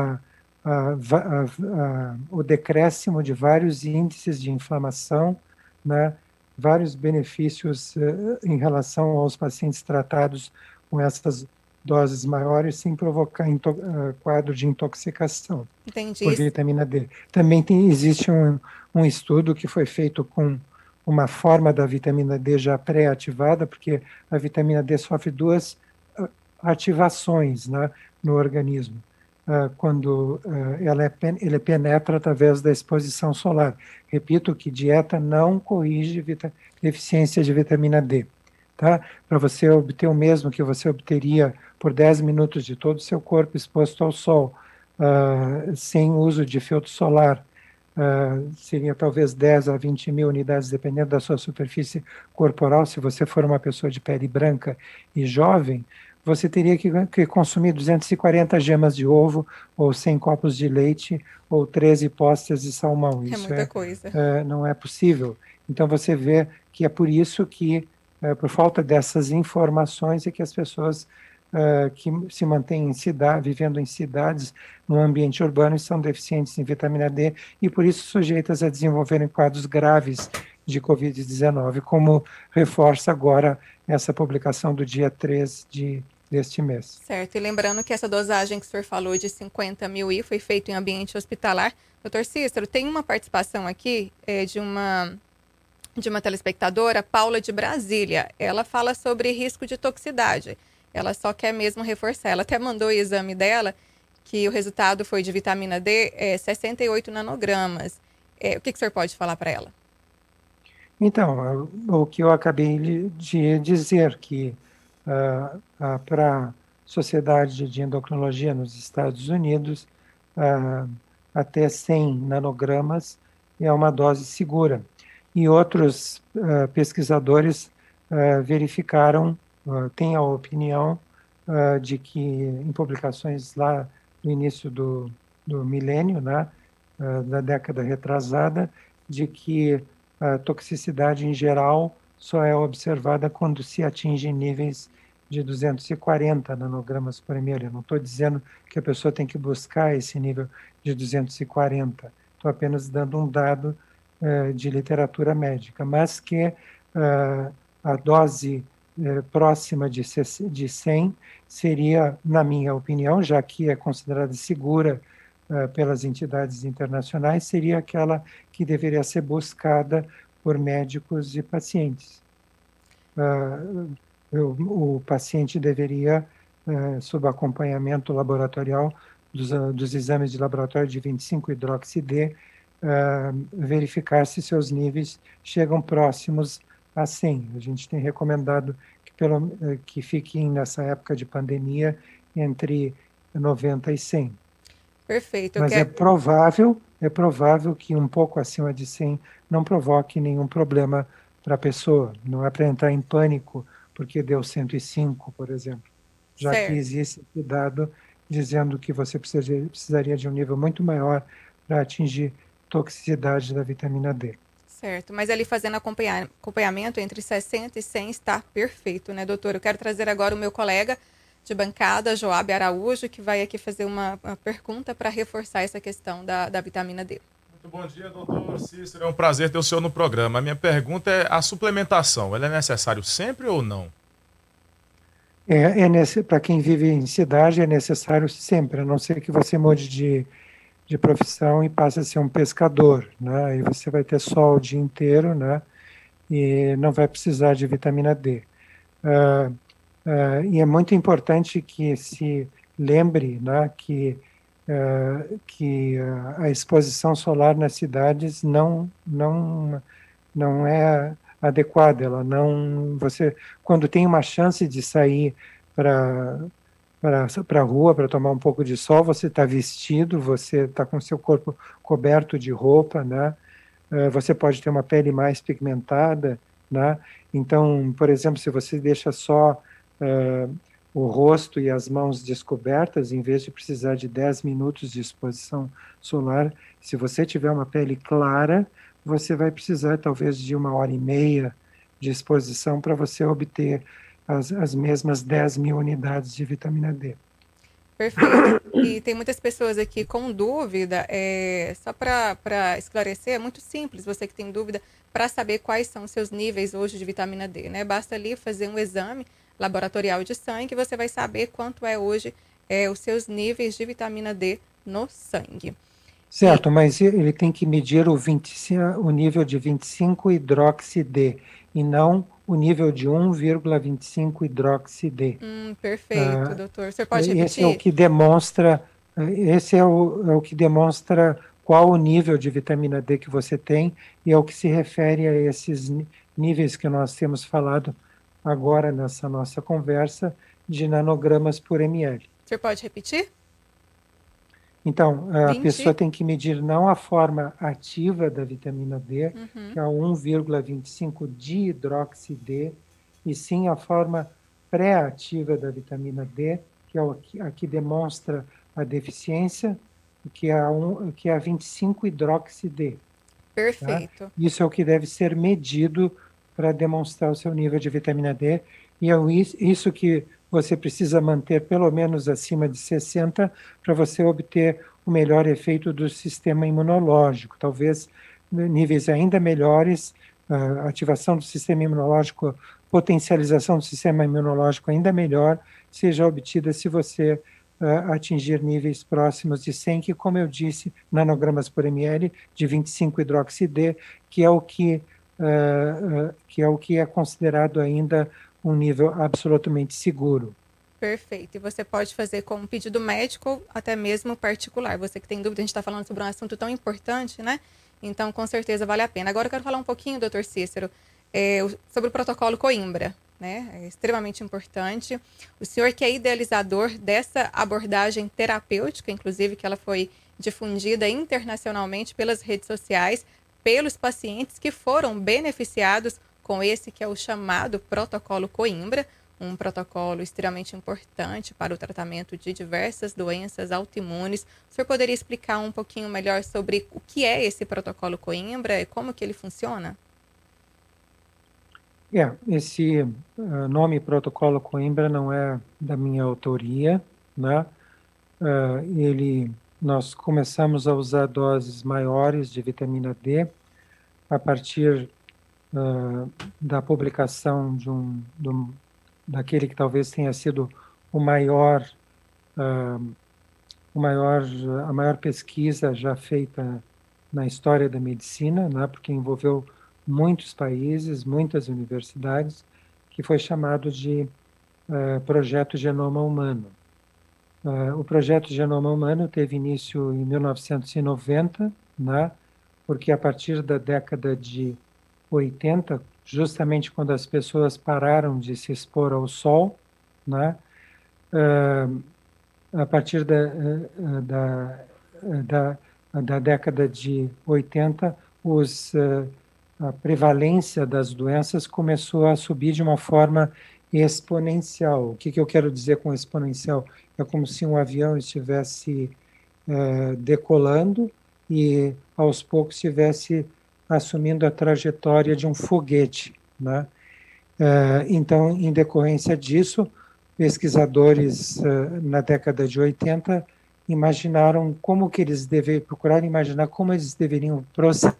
o decréscimo de vários índices de inflamação, né, vários benefícios em relação aos pacientes tratados com essas doses maiores, sem provocar quadro de intoxicação. Entendi. Por vitamina D. Também existe um estudo que foi feito com uma forma da vitamina D já pré-ativada, porque a vitamina D sofre duas ativações, né, no organismo. Quando ele penetra através da exposição solar. Repito que dieta não corrige deficiência de vitamina D. Tá? Para você obter o mesmo que você obteria por 10 minutos de todo o seu corpo exposto ao sol, sem uso de filtro solar, seria talvez 10 a 20 mil unidades, dependendo da sua superfície corporal. Se você for uma pessoa de pele branca e jovem, você teria que consumir 240 gemas de ovo, ou 100 copos de leite, ou 13 postas de salmão. Isso muita coisa. Não é possível. Então você vê que é por isso que, por falta dessas informações, é que as pessoas que se mantêm vivendo em cidades, no ambiente urbano, e são deficientes em vitamina D, e por isso sujeitas a desenvolverem quadros graves de Covid-19, como reforça agora essa publicação do dia 3 deste mês. Certo, e lembrando que essa dosagem que o senhor falou de 50 mil I foi feito em ambiente hospitalar. Doutor Cícero, tem uma participação aqui de uma telespectadora, Paula de Brasília. Ela fala sobre risco de toxicidade. Ela só quer mesmo reforçar. Ela até mandou o exame dela, que o resultado foi de vitamina D 68 nanogramas. O que o senhor pode falar para ela? Então, o que eu acabei de dizer, que para a Sociedade de Endocrinologia nos Estados Unidos, até 100 nanogramas é uma dose segura. E outros pesquisadores verificaram, têm a opinião de que, em publicações lá no início do milênio, né, da década retrasada, de que a toxicidade em geral só é observada quando se atinge níveis de 240 nanogramas por ml. Eu não estou dizendo que a pessoa tem que buscar esse nível de 240, estou apenas dando um dado de literatura médica, mas que a dose próxima de 100 seria, na minha opinião, já que é considerada segura pelas entidades internacionais, seria aquela que deveria ser buscada por médicos e pacientes. O paciente deveria, sob acompanhamento laboratorial dos exames de laboratório de 25-hidroxi-D, verificar se seus níveis chegam próximos a 100. A gente tem recomendado que fiquem, nessa época de pandemia, entre 90 e 100. Perfeito. Mas é provável que um pouco acima de 100 não provoque nenhum problema para a pessoa. Não é para entrar em pânico porque deu 105, por exemplo. Já que existe esse dado dizendo que você precisaria de um nível muito maior para atingir toxicidade da vitamina D. Certo, mas ali fazendo acompanhamento entre 60 e 100 está perfeito, né, doutor? Eu quero trazer agora o meu colega de bancada, Joab Araújo, que vai aqui fazer uma pergunta para reforçar essa questão da vitamina D. Muito bom dia, doutor Cícero. É um prazer ter o senhor no programa. A minha pergunta é: a suplementação, ela é necessária sempre ou não? Para quem vive em cidade, é necessário sempre, a não ser que você mude de profissão e passe a ser um pescador, né? E você vai ter sol o dia inteiro, né? E não vai precisar de vitamina D. E é muito importante que se lembre, né, que a exposição solar nas cidades não é adequada. Você, quando tem uma chance de sair para a rua para tomar um pouco de sol, você está vestido, você está com seu corpo coberto de roupa, né? Você pode ter uma pele mais pigmentada, né? Então, por exemplo, se você deixa só o rosto e as mãos descobertas, em vez de precisar de 10 minutos de exposição solar, se você tiver uma pele clara, você vai precisar talvez de 1h30 de exposição para você obter as mesmas 10.000 unidades de vitamina D. Perfeito. E tem muitas pessoas aqui com dúvida, só para esclarecer, é muito simples, você que tem dúvida, para saber quais são os seus níveis hoje de vitamina D, né? Basta ali fazer um exame laboratorial de sangue e você vai saber quanto é hoje os seus níveis de vitamina D no sangue. Certo, mas ele tem que medir o nível de 25-hidroxi-D e não o nível de 1,25-hidroxi-D. Perfeito, doutor. O senhor pode repetir? Esse é o que demonstra qual o nível de vitamina D que você tem e é o que se refere a esses níveis que nós temos falado agora nessa nossa conversa de nanogramas por ml. O senhor pode repetir? Então, a pessoa tem que medir não a forma ativa da vitamina D, que é o 1,25-dihidroxi-D, e sim a forma pré-ativa da vitamina D, que é a que demonstra a deficiência, que é a 25-hidroxi-D. Perfeito. Tá? Isso é o que deve ser medido para demonstrar o seu nível de vitamina D, e é isso que você precisa manter pelo menos acima de 60 para você obter o melhor efeito do sistema imunológico. Talvez níveis ainda melhores, ativação do sistema imunológico, potencialização do sistema imunológico ainda melhor, seja obtida se você atingir níveis próximos de 100, que, como eu disse, nanogramas por ml de 25-hidroxi-D, que é o que é considerado ainda um nível absolutamente seguro. Perfeito. E você pode fazer com um pedido médico ou até mesmo particular. Você que tem dúvida, a gente está falando sobre um assunto tão importante, né? Então, com certeza, vale a pena. Agora eu quero falar um pouquinho, doutor Cícero, sobre o protocolo Coimbra, né? É extremamente importante. O senhor que é idealizador dessa abordagem terapêutica, inclusive que ela foi difundida internacionalmente pelas redes sociais, pelos pacientes que foram beneficiados com esse que é o chamado protocolo Coimbra, um protocolo extremamente importante para o tratamento de diversas doenças autoimunes. O senhor poderia explicar um pouquinho melhor sobre o que é esse protocolo Coimbra e como que ele funciona? Esse nome protocolo Coimbra não é da minha autoria, né? Nós começamos a usar doses maiores de vitamina D a partir da publicação daquele que talvez tenha sido a maior pesquisa já feita na história da medicina, né, porque envolveu muitos países, muitas universidades, que foi chamado de Projeto Genoma Humano. O Projeto Genoma Humano teve início em 1990, né, porque a partir da década de 80, justamente quando as pessoas pararam de se expor ao sol, né? A partir da década de 80, a prevalência das doenças começou a subir de uma forma exponencial. O que eu quero dizer com exponencial? É como se um avião estivesse decolando e aos poucos estivesse assumindo a trajetória de um foguete, né? Então, em decorrência disso, pesquisadores na década de 80 imaginaram como que eles procuraram imaginar como eles deveriam proceder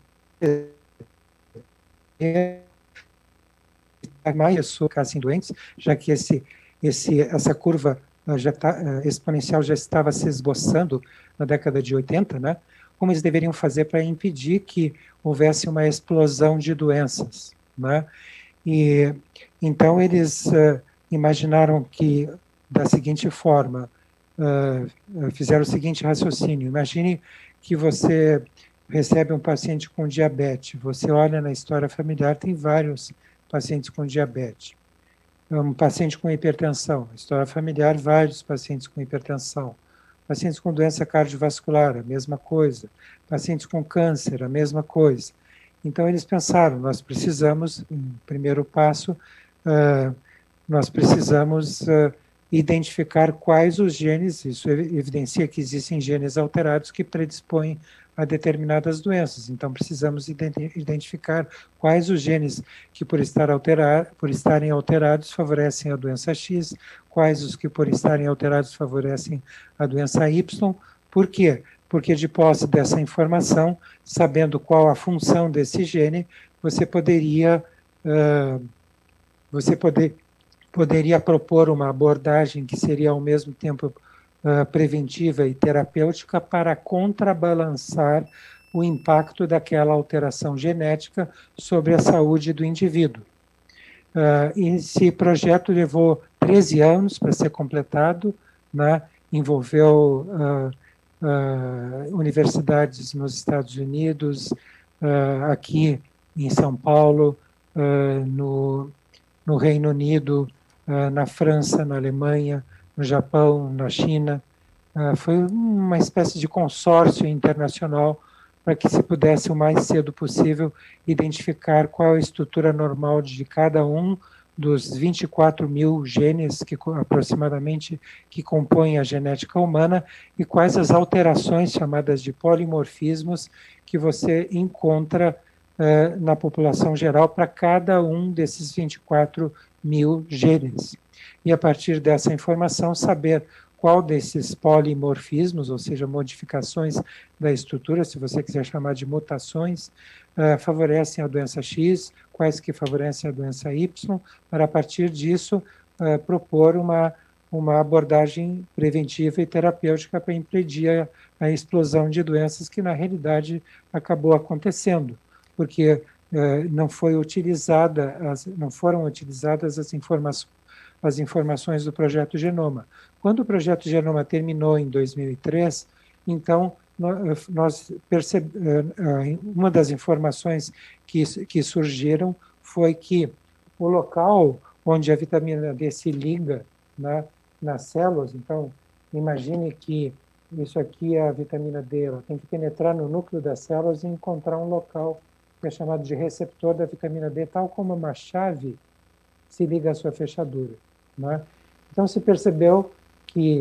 mais pessoas ficassem doentes, já que essa curva exponencial já estava se esboçando na década de 80, né? Como eles deveriam fazer para impedir que houvesse uma explosão de doenças, né? E então eles imaginaram que da seguinte forma, fizeram o seguinte raciocínio: imagine que você recebe um paciente com diabetes, você olha na história familiar, tem vários pacientes com diabetes. Um paciente com hipertensão, história familiar, vários pacientes com hipertensão. Pacientes com doença cardiovascular, a mesma coisa. Pacientes com câncer, a mesma coisa. Então, eles pensaram, nós precisamos, em primeiro passo, nós precisamos identificar quais os genes, isso evidencia que existem genes alterados que predispõem a determinadas doenças. Então, precisamos identificar quais os genes que, por estarem alterados, favorecem a doença X, quais os que, por estarem alterados, favorecem a doença Y. Por quê? Porque, de posse dessa informação, sabendo qual a função desse gene, você poderia propor uma abordagem que seria, ao mesmo tempo, preventiva e terapêutica para contrabalançar o impacto daquela alteração genética sobre a saúde do indivíduo. Esse projeto levou 13 anos para ser completado, né? Envolveu universidades nos Estados Unidos, aqui em São Paulo, no Reino Unido, na França, na Alemanha, no Japão, na China. Foi uma espécie de consórcio internacional para que se pudesse, o mais cedo possível, identificar qual a estrutura normal de cada um dos 24 mil genes, aproximadamente, que compõem a genética humana, e quais as alterações chamadas de polimorfismos que você encontra na população geral para cada um desses 24 mil genes. E, a partir dessa informação, saber qual desses polimorfismos, ou seja, modificações da estrutura, se você quiser chamar de mutações, favorecem a doença X, quais que favorecem a doença Y, para, a partir disso, propor uma abordagem preventiva e terapêutica para impedir a explosão de doenças que, na realidade, acabou acontecendo, porque não foram utilizadas as informações do Projeto Genoma. Quando o Projeto Genoma terminou em 2003, então, nós uma das informações que surgiram foi que o local onde a vitamina D se liga, né, nas células, então, imagine que isso aqui é a vitamina D, ela tem que penetrar no núcleo das células e encontrar um local que é chamado de receptor da vitamina D, tal como uma chave se liga à sua fechadura, né? Então, se percebeu que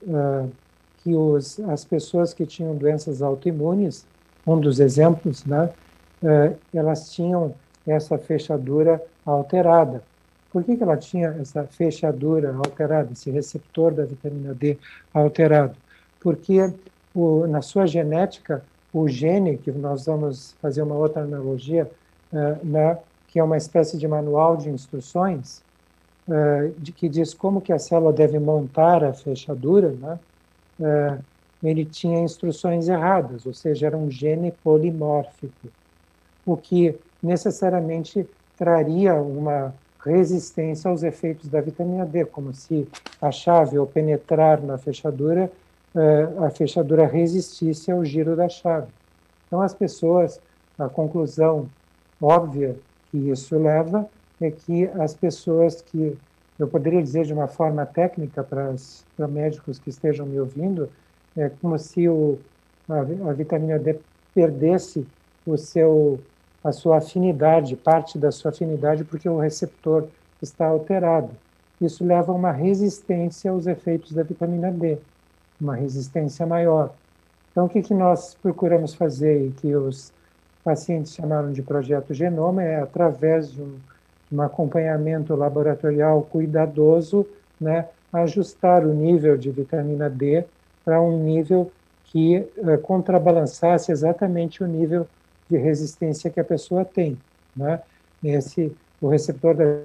as pessoas que tinham doenças autoimunes, um dos exemplos, né, elas tinham essa fechadura alterada. Por que ela tinha essa fechadura alterada, esse receptor da vitamina D alterado? Porque na sua genética, o gene, que nós vamos fazer uma outra analogia, né, que é uma espécie de manual de instruções, que diz como que a célula deve montar a fechadura, né, ele tinha instruções erradas, ou seja, era um gene polimórfico, o que necessariamente traria uma resistência aos efeitos da vitamina D, como se a chave, ao penetrar na fechadura, a fechadura resistisse ao giro da chave. Então, as pessoas, a conclusão óbvia que isso leva é que as pessoas que, eu poderia dizer de uma forma técnica para médicos que estejam me ouvindo, é como se a vitamina D perdesse a sua afinidade, parte da sua afinidade, porque o receptor está alterado. Isso leva a uma resistência aos efeitos da vitamina D, uma resistência maior. Então, o que nós procuramos fazer, e que os pacientes chamaram de Projeto Genoma, é, através de um acompanhamento laboratorial cuidadoso, né, ajustar o nível de vitamina D para um nível que contrabalançasse exatamente o nível de resistência que a pessoa tem, né? O receptor da...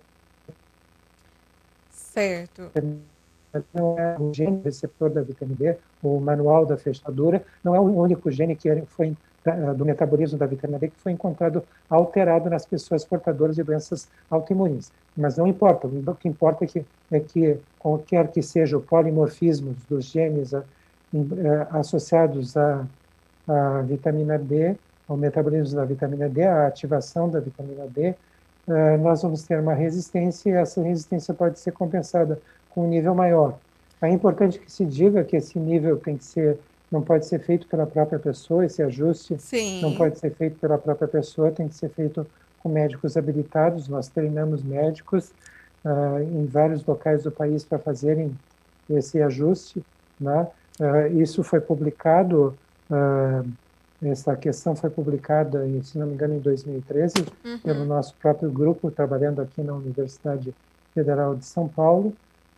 Certo. Não é o gene receptor da vitamina D, o manual da fechadura, não é o único gene que foi do metabolismo da vitamina D que foi encontrado alterado nas pessoas portadoras de doenças autoimunes. Mas não importa, o que importa é que qualquer que seja o polimorfismo dos genes associados à vitamina D, ao metabolismo da vitamina D, à ativação da vitamina D, nós vamos ter uma resistência, e essa resistência pode ser compensada com um nível maior. É importante que se diga que esse nível não pode ser feito pela própria pessoa, esse ajuste Sim. não pode ser feito pela própria pessoa, tem que ser feito com médicos habilitados. Nós treinamos médicos em vários locais do país para fazerem esse ajuste, né? Isso foi publicado, essa questão foi publicada, se não me engano, em 2013, pelo nosso próprio grupo, trabalhando aqui na Universidade Federal de São Paulo,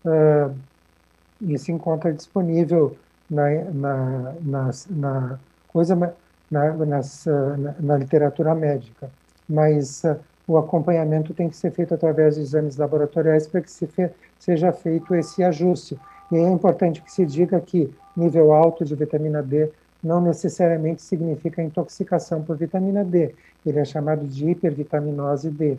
e se encontra disponível na literatura médica. Mas o acompanhamento tem que ser feito através de exames laboratoriais para que seja feito esse ajuste. E é importante que se diga que nível alto de vitamina D não necessariamente significa intoxicação por vitamina D. Ele é chamado de hipervitaminose D.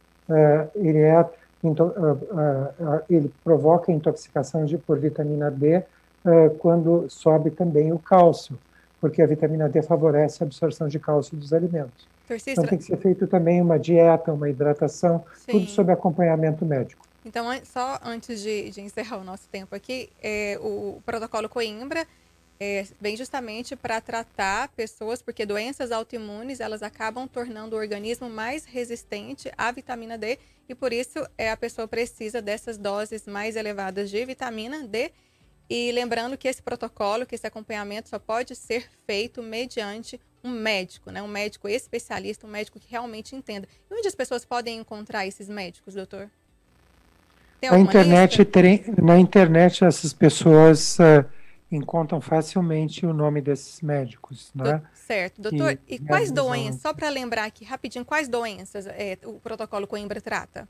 Ele provoca intoxicação por vitamina D quando sobe também o cálcio, porque a vitamina D favorece a absorção de cálcio dos alimentos. Então tem que ser feito também uma dieta, uma hidratação, sim, tudo sob acompanhamento médico. Então, só antes de encerrar o nosso tempo aqui, o protocolo Coimbra vem justamente para tratar pessoas, porque doenças autoimunes, elas acabam tornando o organismo mais resistente à vitamina D, e por isso a pessoa precisa dessas doses mais elevadas de vitamina D. E lembrando que esse protocolo, que esse acompanhamento só pode ser feito mediante um médico, né? Um médico especialista, um médico que realmente entenda. E onde as pessoas podem encontrar esses médicos, doutor? Na internet essas pessoas encontram facilmente o nome desses médicos, né? Certo, doutor. E quais doenças, só para lembrar aqui rapidinho, quais doenças o protocolo Coimbra trata?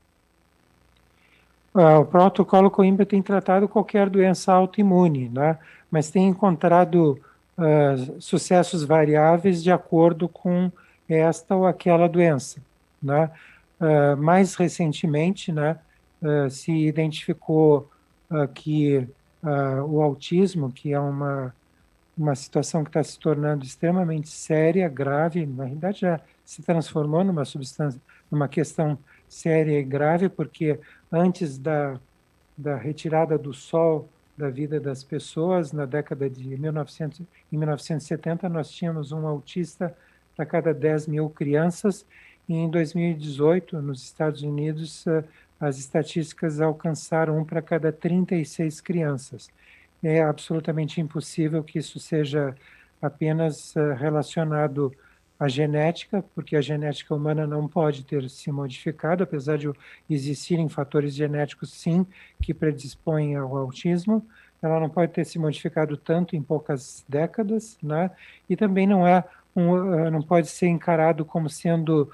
O protocolo Coimbra tem tratado qualquer doença autoimune, né? Mas tem encontrado sucessos variáveis de acordo com esta ou aquela doença, né? Mais recentemente, né, se identificou que o autismo, que é uma situação que está se tornando extremamente séria, grave, na realidade já se transformou numa questão séria e grave, porque antes da retirada do sol da vida das pessoas, na década de 1970, nós tínhamos um autista para cada 10 mil crianças, e em 2018, nos Estados Unidos, as estatísticas alcançaram 1 para cada 36 crianças. É absolutamente impossível que isso seja apenas relacionado à genética, porque a genética humana não pode ter se modificado, apesar de existirem fatores genéticos, sim, que predispõem ao autismo. Ela não pode ter se modificado tanto em poucas décadas, né? E também não pode ser encarado como sendo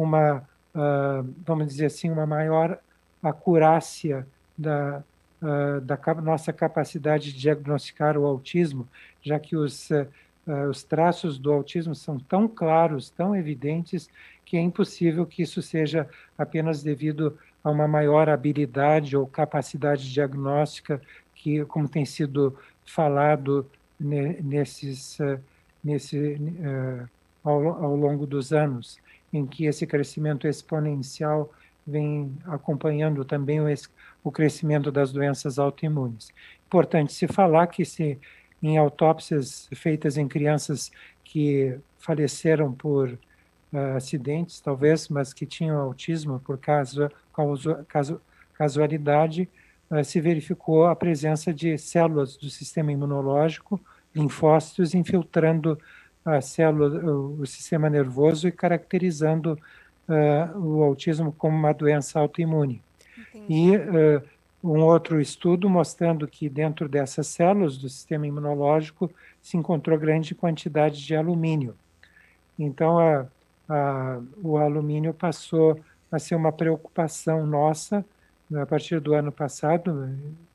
vamos dizer assim, uma maior acurácia da nossa capacidade de diagnosticar o autismo, já que os traços do autismo são tão claros, tão evidentes, que é impossível que isso seja apenas devido a uma maior habilidade ou capacidade diagnóstica, que, como tem sido falado ao longo dos anos, em que esse crescimento exponencial vem acompanhando também o crescimento das doenças autoimunes. Importante se falar que em autópsias feitas em crianças que faleceram por acidentes, talvez, mas que tinham autismo por casualidade, se verificou a presença de células do sistema imunológico, linfócitos, infiltrando o sistema nervoso e caracterizando o autismo como uma doença autoimune. Entendi. E um outro estudo mostrando que dentro dessas células do sistema imunológico se encontrou grande quantidade de alumínio. Então, o alumínio passou a ser uma preocupação nossa a partir do ano passado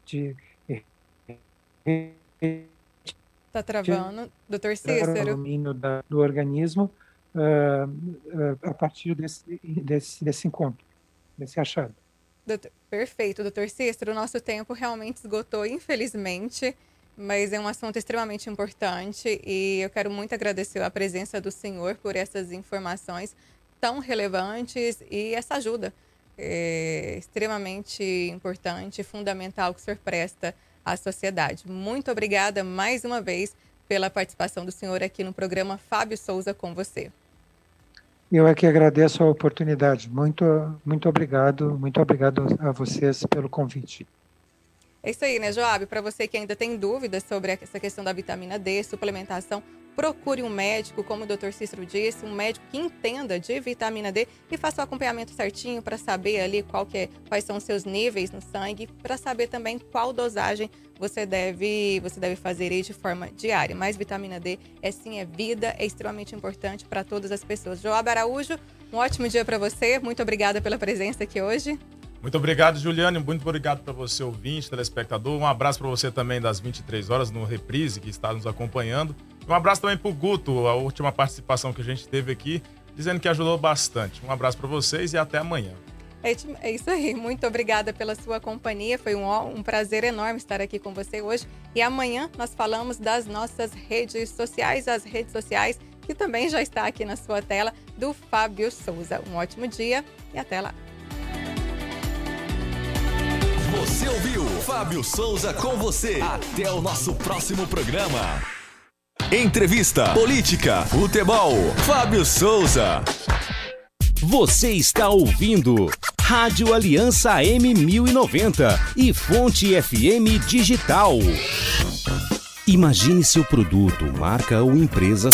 Está travando, doutor Cícero? O alumínio do organismo a partir desse encontro, desse achado. Perfeito, doutor Cícero. O nosso tempo realmente esgotou, infelizmente, mas é um assunto extremamente importante e eu quero muito agradecer a presença do senhor por essas informações tão relevantes e essa ajuda extremamente importante e fundamental que o senhor presta à sociedade. Muito obrigada mais uma vez pela participação do senhor aqui no programa Fábio Souza com você. Eu é que agradeço a oportunidade. Muito obrigado a vocês pelo convite. É isso aí, né, Joab? Para você que ainda tem dúvidas sobre essa questão da vitamina D, suplementação, procure um médico, como o Dr. Cícero disse, um médico que entenda de vitamina D e faça o acompanhamento certinho para saber ali quais são os seus níveis no sangue, para saber também qual dosagem você deve fazer aí de forma diária. Mas vitamina D é vida, é extremamente importante para todas as pessoas. Joab Araújo, um ótimo dia para você. Muito obrigada pela presença aqui hoje. Muito obrigado, Juliane. Muito obrigado para você, ouvinte, telespectador. Um abraço para você também das 23 horas no Reprise, que está nos acompanhando. Um abraço também para o Guto, a última participação que a gente teve aqui, dizendo que ajudou bastante. Um abraço para vocês e até amanhã. É isso aí. Muito obrigada pela sua companhia. Foi um prazer enorme estar aqui com você hoje. E amanhã nós falamos das nossas redes sociais, as redes sociais que também já está aqui na sua tela, do Fábio Souza. Um ótimo dia e até lá. Você ouviu Fábio Souza com você. Até o nosso próximo programa. Entrevista, política, futebol. Fábio Souza. Você está ouvindo Rádio Aliança M1090 e Fonte FM Digital. Imagine seu produto, marca ou empresa